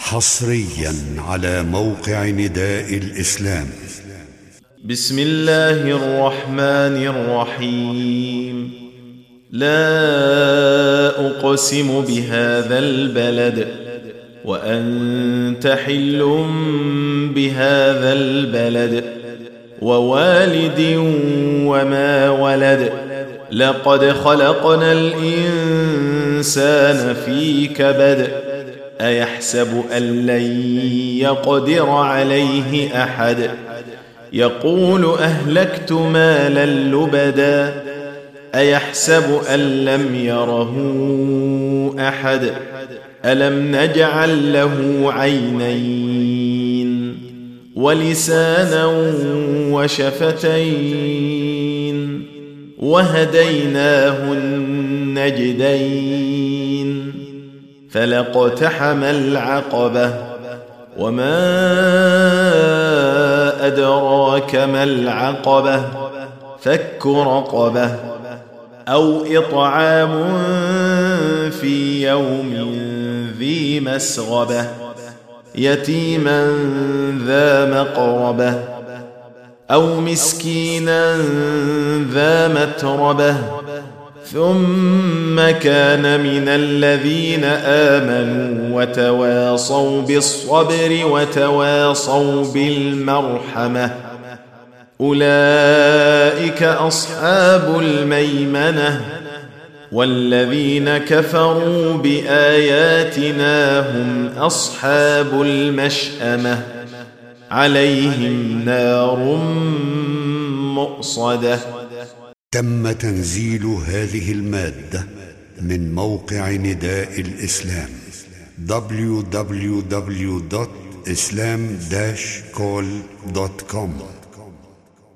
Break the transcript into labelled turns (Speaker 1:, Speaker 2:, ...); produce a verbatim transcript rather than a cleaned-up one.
Speaker 1: حصريا على موقع نداء الإسلام.
Speaker 2: بسم الله الرحمن الرحيم. لا أقسم بهذا البلد وأنت حل بهذا البلد ووالد وما ولد. لقد خلقنا الإنسان في كبد. أيحسب أن لن يقدر عليه أحد. يقول أهلكت مالا لبدا. أيحسب أن لم يره أحد. ألم نجعل له عينين ولسانا وشفتين وهديناه النجدين. فلاقتحم العقبة وما أدراك ما العقبة. فك رقبة أو إطعام في يوم ذي مسغبة يتيما ذا مقربة أو مسكينا ذا متربة ثم كان من الذين آمنوا وتواصوا بالصبر وتواصوا بالمرحمة. أولئك أصحاب الميمنة. والذين كفروا بآياتنا هم أصحاب المشأمة. عليهم نار مؤصدة.
Speaker 1: تم تنزيل هذه المادة من موقع نداء الإسلام دبليو دبليو دبليو دوت إسلام داش كول دوت كوم.